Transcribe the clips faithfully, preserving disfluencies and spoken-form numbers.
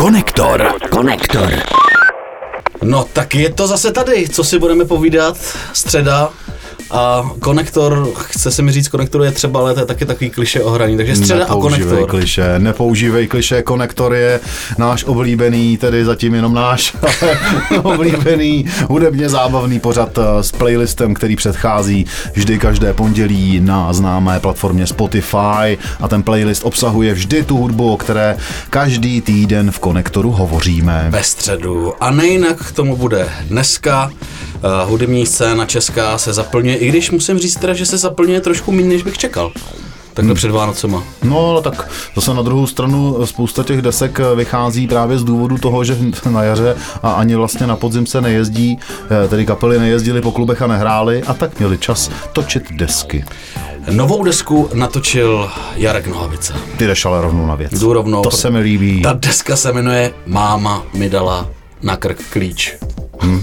Konektor. Konektor. No tak je to zase tady, co si budeme povídat, středa. A konektor, chce se mi říct, konektor je třeba, ale to je taky takový klišé ohraní, takže středa a konektor. Kliše, nepoužívej kliše, konektor je náš oblíbený, tedy zatím jenom náš oblíbený hudebně zábavný pořad s playlistem, který předchází vždy každé pondělí na známé platformě Spotify a ten playlist obsahuje vždy tu hudbu, o které každý týden v konektoru hovoříme. Ve středu. A nejinak tomu bude dneska. Uh, hudební scéna česká se zaplňuje, i když musím říct teda, že se zaplňuje trošku méně, než bych čekal. Takhle hmm. před Vánocema. No, tak zase na druhou stranu spousta těch desek vychází právě z důvodu toho, že na jaře a ani vlastně na podzim se nejezdí, tedy kapely nejezdily po klubech a nehrály a tak měli čas točit desky. Novou desku natočil Jarek Nohavica. Ty jdeš ale rovnou na věc. Jdu rovnou. To se mi líbí. Ta deska se jmenuje Máma mi dala na krk klíč. Hmm.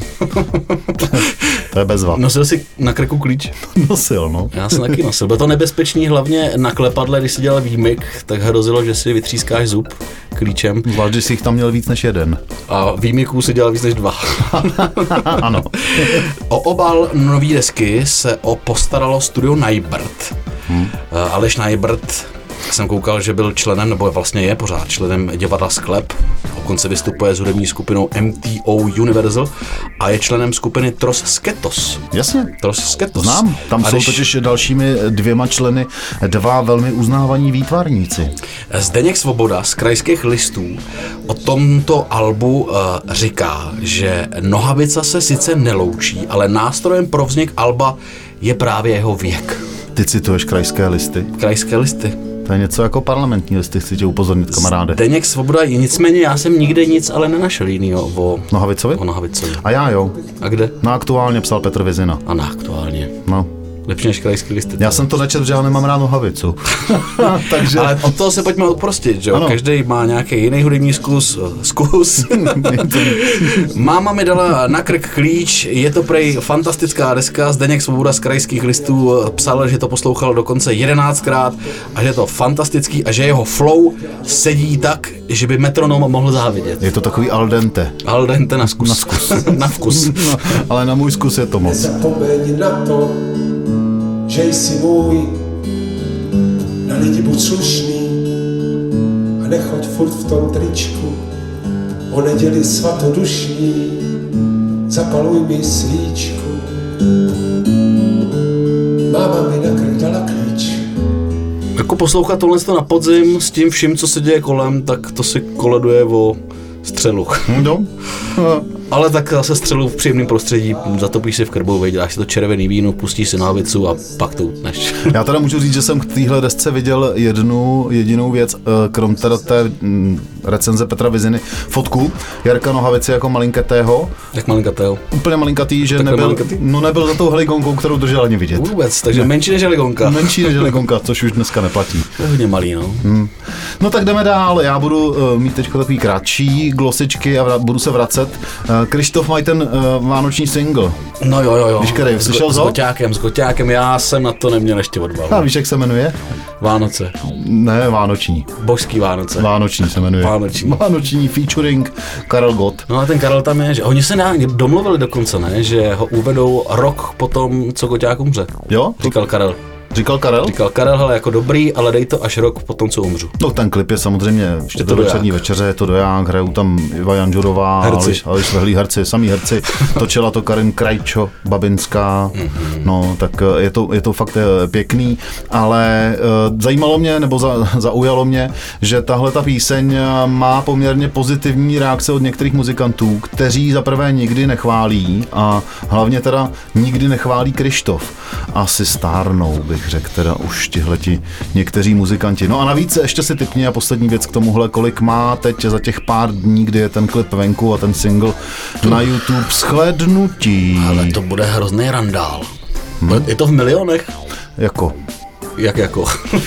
To je bezva. Nosil jsi na krku klíč? Nosil, no. Já jsem taky nosil. Bylo to nebezpečný hlavně na klepadle, když si dělal výmyk, tak hrozilo, že si vytřískáš zub klíčem. Zvlášť, že jsi jich tam měl víc než jeden. A výmyků si dělal víc než dva. Ano. O obal nový desky se o postaralo studio Najbrd. Hmm. Aleš Najbrd, jsem koukal, že byl členem, nebo vlastně je pořád členem divadla Sklep. Dokonce vystupuje s hudební skupinou M T O Universal a je členem skupiny Tros Sketos. Jasně. Tros Sketos. Znám. Tam a jsou když... totiž dalšími dvěma členy dva velmi uznávaní výtvarníci. Zdeněk Svoboda z Krajských listů o tomto albu uh, říká, že Nohavica se sice neloučí, ale nástrojem pro vznik alba je právě jeho věk. Ty cituješ Krajské listy? Krajské listy. To je něco jako parlamentní listy, chci tě upozornit, kamaráde. Zdeněk Svoboda, nicméně já jsem nikde nic ale nenašel jinýho o Nohavicovi. O Nohavicovi. A já jo. A kde? Na Aktuálně psal Petr Vizina. A na Aktuálně. No. Lepší než Krajský listy. Já jsem to nečetl, že já nemám rád Nohavicu. Takže... Ale od toho se pojďme odprostit, že jo? Každý má nějaký jiný hudební zkus. zkus. Máma mi dala na krk klíč, je to prej fantastická deska. Zdeněk Svoboda z Krajských listů psal, že to poslouchal dokonce jedenáctkrát a že je to fantastický a že jeho flow sedí tak, že by metronom mohl závidět. Je to takový al dente. Al dente na zkus. Na zkus. Na vkus. No, ale na můj zkus je to moc. Nezapomeň na to, že jsi můj, na lidi buď slušný a nechoď furt v tom tričku, o neděli svatodušní, zapaluj mi svíčku. Máma mi na krk dala klíč. Jako poslouchat tohle na podzim s tím vším, co se děje kolem, tak to si koleduje o střelu. No. Ale tak zase střelu v příjemném prostředí, zatopíš si v krbu, dáš si to červený víno, pustíš si Nohavicu a pak to utneš. Já teda můžu říct, že jsem k téhle desce viděl jednu jedinou věc, krom teda té recenze Petra Viziny, fotku Jarka Nohavice jako malinkatého. Jak malinkatého? Úplně malinkatý, že nebyl, malinkatý? no nebyl za tou heligonkou, kterou držel ani vidět. Vůbec, takže ne. menší než heligonka. Menší než heligonka, což už dneska neplatí. To je hodně malý, no. Hmm. No tak jdeme dál, já budu uh, mít teď takový kratší glosičky a vra- budu se vracet. Uh, Krištof mají ten uh, vánoční single. No jo, jo, jo. Víš, který, slyšel s, s Goťákem, s Goťákem, já jsem na to neměl ještě odvahu. A víš, jak se jmenuje? Vánoce. Ne, Vánoční. Božský Vánoce. Vánoční se jmenuje. Vánoční. Vánoční featuring Karel Gott. No a ten Karel tam je, že oni se na, domluvili dokonce, ne, že ho uvedou rok potom, co Goťák umře. Jo? Říkal Karel. Říkal Karel? Říkal Karel, hele, jako dobrý, ale dej to až rok po tom, co umřu. No ten klip je samozřejmě čtvrtovečerní večeře, je to doják, hrajou tam Iva Janžurová, Aleš, Aleš Vehlý herci, samý herci, točila to Karin Krajčo, Babinská, mm-hmm. no tak je to, je to fakt pěkný, ale uh, zajímalo mě, nebo za, zaujalo mě, že tahle ta píseň má poměrně pozitivní reakce od některých muzikantů, kteří zaprvé nikdy nechválí a hlavně teda nikdy nechválí Krištof. Asi stárnou, bych řekl teda už tihleti někteří muzikanti. No a navíc ještě si tipni a poslední věc k tomuhle, kolik má teď za těch pár dní, kdy je ten klip venku a ten single na YouTube shlédnutí. Ale to bude hrozný randál. Hmm. Je to v milionech? Jako? Jak jako?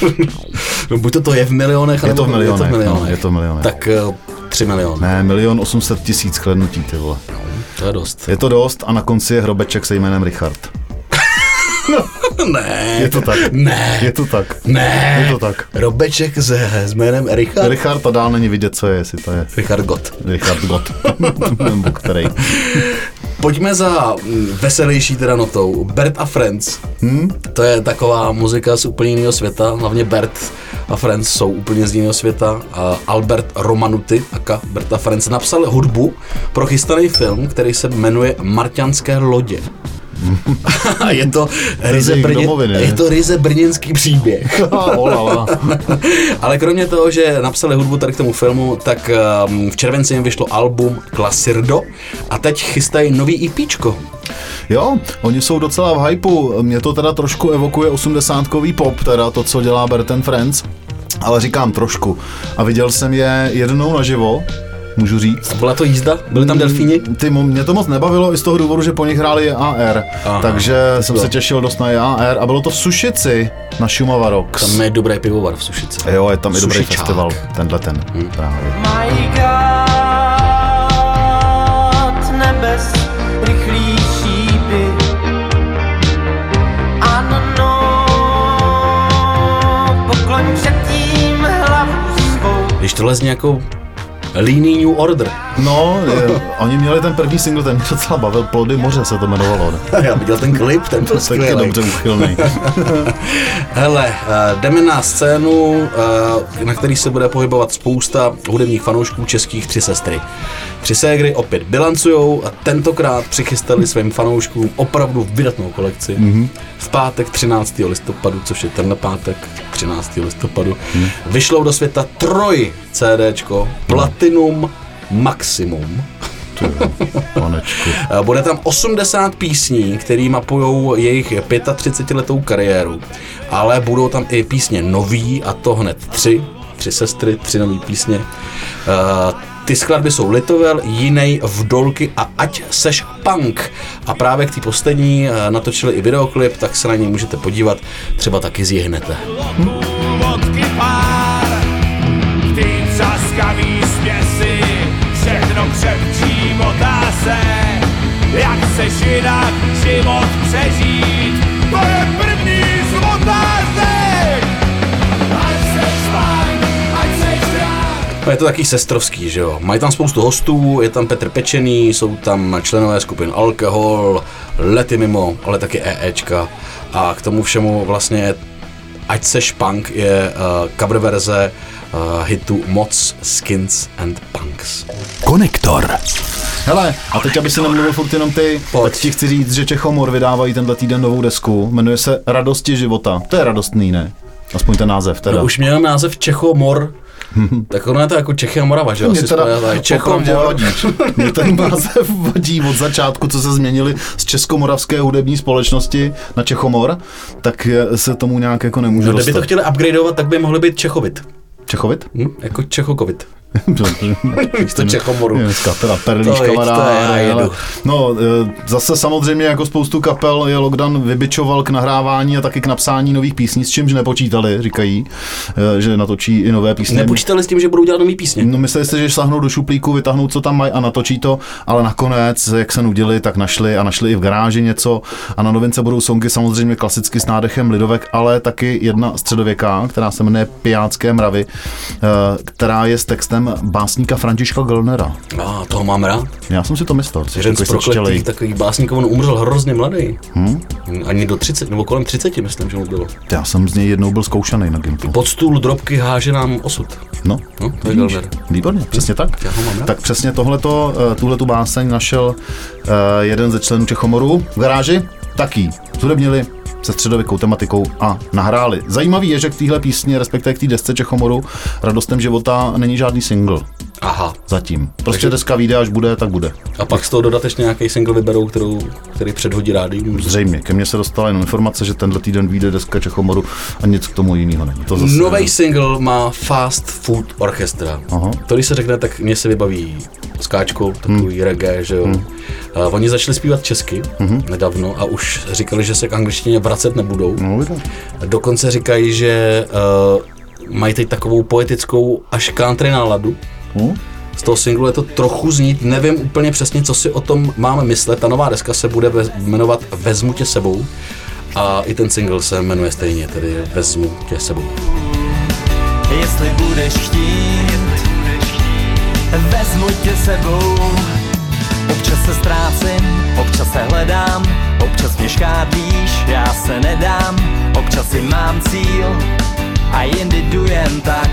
No buď to to je v milionech, je to v milionech, je to v milionech. No, je to v milionech. Tak tři miliony. Ne, milion osm set tisíc shlédnutí, ty vole. To je dost. Je to dost a na konci je hrobeček se jménem Richard. Ne. Je to tak. Ne. Je to tak. Ne. Je to tak. Robeček s, s jménem Richard. Richard a dál není vidět, co je, jestli to je. Richard Gott. Richard Gott. Nebo který. Pojďme za veselější teda notou. Bert a Friends. Hmm? To je taková muzika z úplně jiného světa. Hlavně Bert a Friends jsou úplně z jiného světa. A Albert Romanuty, aka Bert a Friends, napsal hudbu pro chystaný film, který se jmenuje Marťanské lodě. je to ryze, brně, je to ryze brněnský příběh. Ale kromě toho, že napsali hudbu tady k tomu filmu, tak v červenci jim vyšlo album Klasirdo a teď chystají nový EPčko. Jo, oni jsou docela v hypeu. Mě to teda trošku evokuje osmdesátkový pop, teda to, co dělá Bert and Friends, ale říkám trošku. A viděl jsem je jednou naživo, můžu říct. A byla to jízda? Byli tam delfíni? Ty, mě to moc nebavilo i z toho důvodu, že po nich hráli J A R, aha, takže jsem se těšil dost na J A R a bylo to v Sušici na Šumava Rocks. Tam je dobrý pivovar v Sušici. Jo, je tam i dobrý Sušičák. Festival, tenhle ten hmm. právě. My God, nebes, rychlý šípy. Ano, no, pokloň před tím hlavu svou. Když tohle zní jako Leaning New Order. No, je, oni měli ten první single, ten mě docela bavil, Plody moře se to jmenovalo. Ne? Já viděl ten klip, ten byl skvělý. Taky dobře uchylný. Hele, uh, jdeme na scénu, uh, na který se bude pohybovat spousta hudebních fanoušků českých Tři sestry. Tři ségry opět bilancujou a tentokrát přichystali svým fanouškům opravdu vydatnou kolekci. Mm-hmm. V pátek třináctého listopadu, což je tenhle pátek třináctého listopadu, mm. vyšlo do světa troj CDčko, Platinum Maximum. Panečku. Bude tam osmdesát písní, které mapujou jejich třicetiletou kariéru, ale budou tam i písně nový, a to hned tři, tři sestry, tři nový písně. Ty skladby jsou Litovel, Jinej, Vdolky a Ať seš punk. A právě k té poslední natočili i videoklip, tak se na něj můžete podívat, třeba taky zjihnete. Hm? Všechno křepčí motáse, jak seš jinak život přežít, to je první z otázek. Ať seš punk, ať seš rád. No je to taky sestrovský, že jo. Mají tam spoustu hostů, je tam Petr Pečený, jsou tam členové skupin Alkohol, Lety mimo, ale taky EEčka. A k tomu všemu vlastně Ať seš punk je uh, cover verze uh, hitu Moc, Skins and Punks. Konektor. Hele, a teď, aby si nemluvil furt jenom ty, Pojď. tak ti chci říct, že Čechomor vydávají tenhle týden novou desku, jmenuje se Radosti života. To je radostný, ne? Aspoň ten název teda. No, už měl název Čechomor, tak ono je to jako Čechy a Morava, že jo? Mě teda Čechomor. vadí. Mě ten název vadí od začátku, co se změnili z Českomoravské hudební společnosti na Čechomor, tak se tomu nějak jako nemůže No, dostat. kdyby to chtěli upgradeovat, tak by mohli být Čechovit. Čechovit? Hm? Jako Čechokovit. Místo Čechomoru. Dneska teda perlíš kamarád. No, zase samozřejmě jako spoustu kapel je Lockdown vybičoval k nahrávání a taky k napsání nových písní, s čímž nepočítali, říkají, že natočí i nové písně. Nepočítali s tím, že budou dělat nový písně? No, mysleli si, že šláhnou do šuplíku, vytáhnou, co tam mají a natočí to, ale nakonec, jak se nudili, tak našli a našli i v garáži něco a na novince budou songy samozřejmě klasicky s nádechem lidovek, ale taky jedna středověká, která se jmenuje Pijácké mravy, která je s textem básníka Františka Göllnera. A toho mám rád. Já jsem si to myslel. Jeden z prokletých takových básníků, on umřel hrozně mladý. Hmm? Ani do třiceti, nebo kolem třiceti, myslím, že mu bylo. Já jsem z něj jednou byl zkoušaný na Gimplu. Pod stůl drobky háže nám osud. No, no to je Göllner. Výborně, přesně tak. Tak přesně tohleto, tuhletu báseň našel uh, jeden ze členů Čechomoru v garáži, taky zhudebnili se středověkou tematikou a nahráli. Zajímavý je, že k téhle písni, respektive k té desce Čechomoru, Radostem života není žádný single. Aha. Zatím. Prostě Takže deska vyjde, až bude, tak bude. A pak z toho dodatečně nějaký single vyberou, kterou, který předhodí rádium? Zřejmě. Ke mně se dostala jenom informace, že tenhle týden vyjde deska Čechomoru a nic k tomu jiného není. To zase nový single má Fast Food Orchestra. Aha. To, když se řekne, tak mně se vybaví skáčkou, takový hmm. reggae, že jo. Hmm. Uh, oni začali zpívat česky hmm. nedávno a už říkali, že se k angličtině vracet nebudou. No, dokonce říkají, že uh, mají teď takovou poetickou až country náladu. Hmm. Z toho singlu je to trochu znít, nevím úplně přesně, co si o tom máme myslet. Ta nová deska se bude jmenovat Vezmu tě sebou a i ten single se jmenuje stejně, tedy Vezmu tě sebou. Jestli budeš chtít, vezmu tě sebou. Občas se ztrácím, občas se hledám, občas mě škádlíš, já se nedám. Občas si mám cíl a jindy jdu jen tak.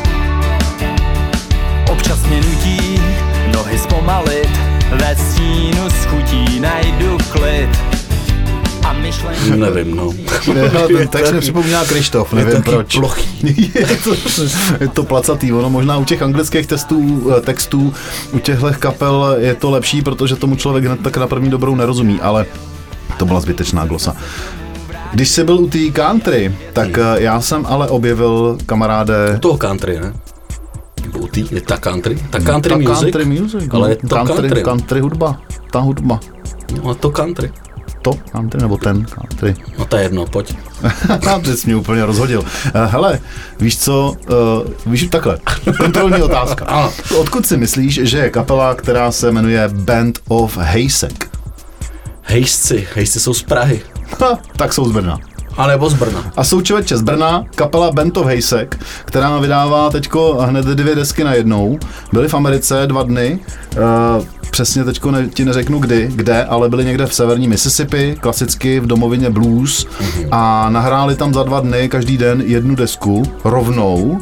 Občas mě nutí nohy zpomalit, ve stínu s chutí najdu klid. A myšlenky... Nevím, no. Ten text mi připomíná Krištof, nevím je proč. je, to, je to placatý, ono možná u těch anglických testů, textů, u těchto kapel je to lepší, protože tomu člověk hned tak na první dobrou nerozumí, ale to byla zbytečná glosa. Když jsi byl u té country, tak hmm. já jsem ale objevil, kamaráde... U toho country, ne? U tý, je ta country? Ta country ta music? Country music, ale je to country, country. Country hudba, ta hudba. No a to country. To country nebo ten country? No to je jedno, pojď. Ty jsi mě úplně rozhodil. Hele, víš co, uh, víš takhle, kontrolní otázka. Odkud si myslíš, že je kapela, která se jmenuje Band of Hejsek? Hejsci, hejsci jsou z Prahy. Ha, tak jsou z Brna. A nebo z Brna. A jsou člověče z Brna, kapela Band of Hejsek, která vydává teďko hned dvě desky na jednou. Byli v Americe dva dny, uh, přesně teďko ne, ti neřeknu kdy, kde, ale byli někde v severní Mississippi, klasicky v domovině blues mm-hmm. a nahráli tam za dva dny každý den jednu desku rovnou, uh,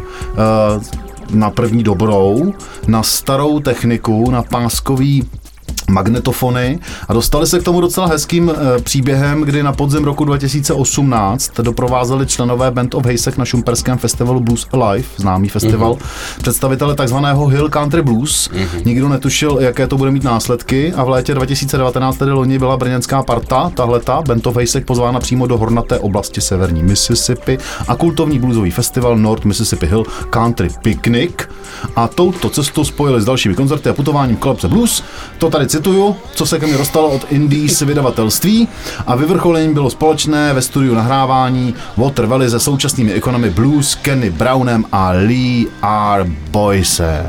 na první dobrou, na starou techniku, na páskový magnetofony a dostali se k tomu docela hezkým e, příběhem, kdy na podzim roku dva tisíce osmnáct doprovázeli členové Band of Hejsek na šumperském festivalu Blues Alive, známý festival, mm-hmm. představitele takzvaného Hill Country Blues. Mm-hmm. Nikdo netušil, jaké to bude mít následky a v létě dva tisíce devatenáct, tedy loni, byla brněnská parta, tahleta, Band of Hejsek, pozvána přímo do hornaté oblasti severní Mississippi a kultovní bluesový festival North Mississippi Hill Country Picnic a touto cestou spojili s dalšími koncerty a putováním Kolebce Blues. To tady cituju, co se ke mně dostalo od Indies vydavatelství a vyvrcholením bylo společné ve studiu nahrávání Water Valley se současnými ikonami blues, Kenny Brownem a Lee R. Boysem.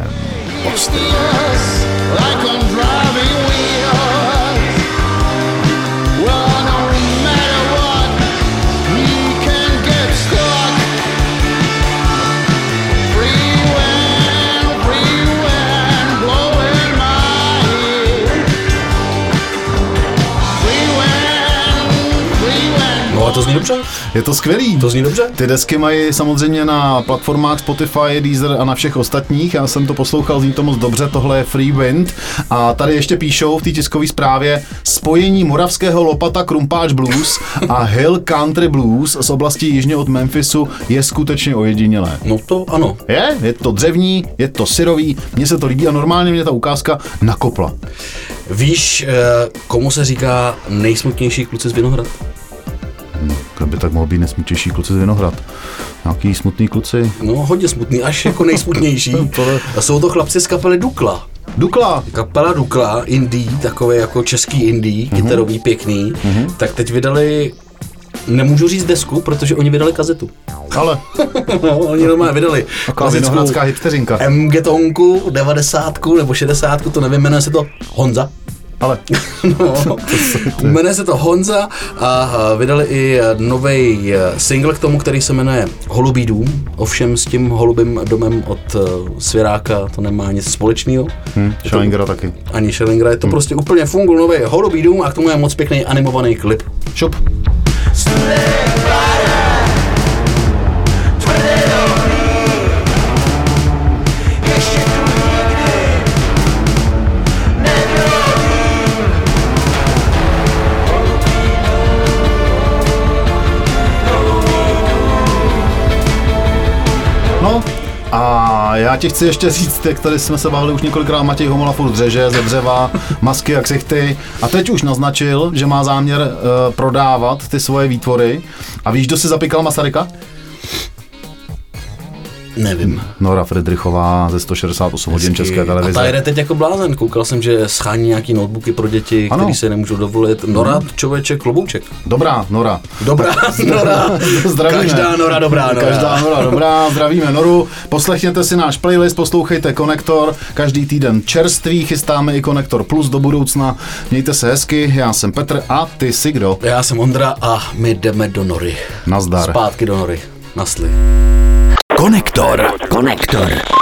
A to zní dobře? Je to skvělý. To zní dobře? Ty desky mají samozřejmě na platformách Spotify, Deezer a na všech ostatních. Já jsem to poslouchal, zní to moc dobře, tohle je Free Wind. A tady ještě píšou v té tiskové zprávě spojení moravského lopata Krumpáč Blues a Hill Country Blues z oblasti jižně od Memphisu je skutečně ojedinělé. No to ano. Je, je to dřevní, je to syrový, mně se to líbí a normálně mě ta ukázka nakopla. Víš, komu se říká nejsmutnější kluci z Vinohrad? Kdo by tak mohl být nesmutnější kluci z Vinohrad? Nějaký smutný kluci? No hodně smutný, až jako nejsmutnější. A jsou to chlapci z kapely Dukla. Dukla? Kapela Dukla, indie, takové jako český indie, uh-huh. kytarový, pěkný, uh-huh. tak teď vydali, nemůžu říct desku, protože oni vydali kazetu. Ale? No, oni normálně vydali vinohradská hipsteřinka. M-getonku, devadesátku nebo šedesátku, to nevím, jmenuje se to Honza. Ale. No, jmenuje se to Honza a vydali i novej single k tomu, který se jmenuje Holubý dům. Ovšem s tím holubým domem od Svěráka to nemá nic společného. Hmm, Schellingera taky. Ani Schellingera, je to hmm. prostě úplně fungul nový Holubý dům a k tomu je moc pěkný animovaný klip. Šup. A já ti chci ještě říct, jak tady jsme se bavili už několikrát, Matěj Homola furt dřeže ze dřeva, masky a ksichty a teď už naznačil, že má záměr uh, prodávat ty svoje výtvory. A víš, kdo si zapíkal Masaryka? Nevím. Nora Friedrichová ze sto šedesát osm hodin České televize. A ta jde teď jako blázen. Koukal jsem, že schání nějaký notebooky pro děti, které se nemůžou dovolit. Nora, člověče, klobouček. Dobrá Nora. Dobrá Nora. Zdravíme. Každá Nora dobrá Nora. Každá Nora dobrá, zdravíme Noru. Poslechněte si náš playlist, poslouchejte Konektor. Každý týden čerstvý, chystáme i Konektor Plus do budoucna. Mějte se hezky, já jsem Petr a ty jsi kdo? Já jsem Ondra a my jdeme do Nory. Nazdar. Zpátky do Nory. Nasli. Konektor. Konektor.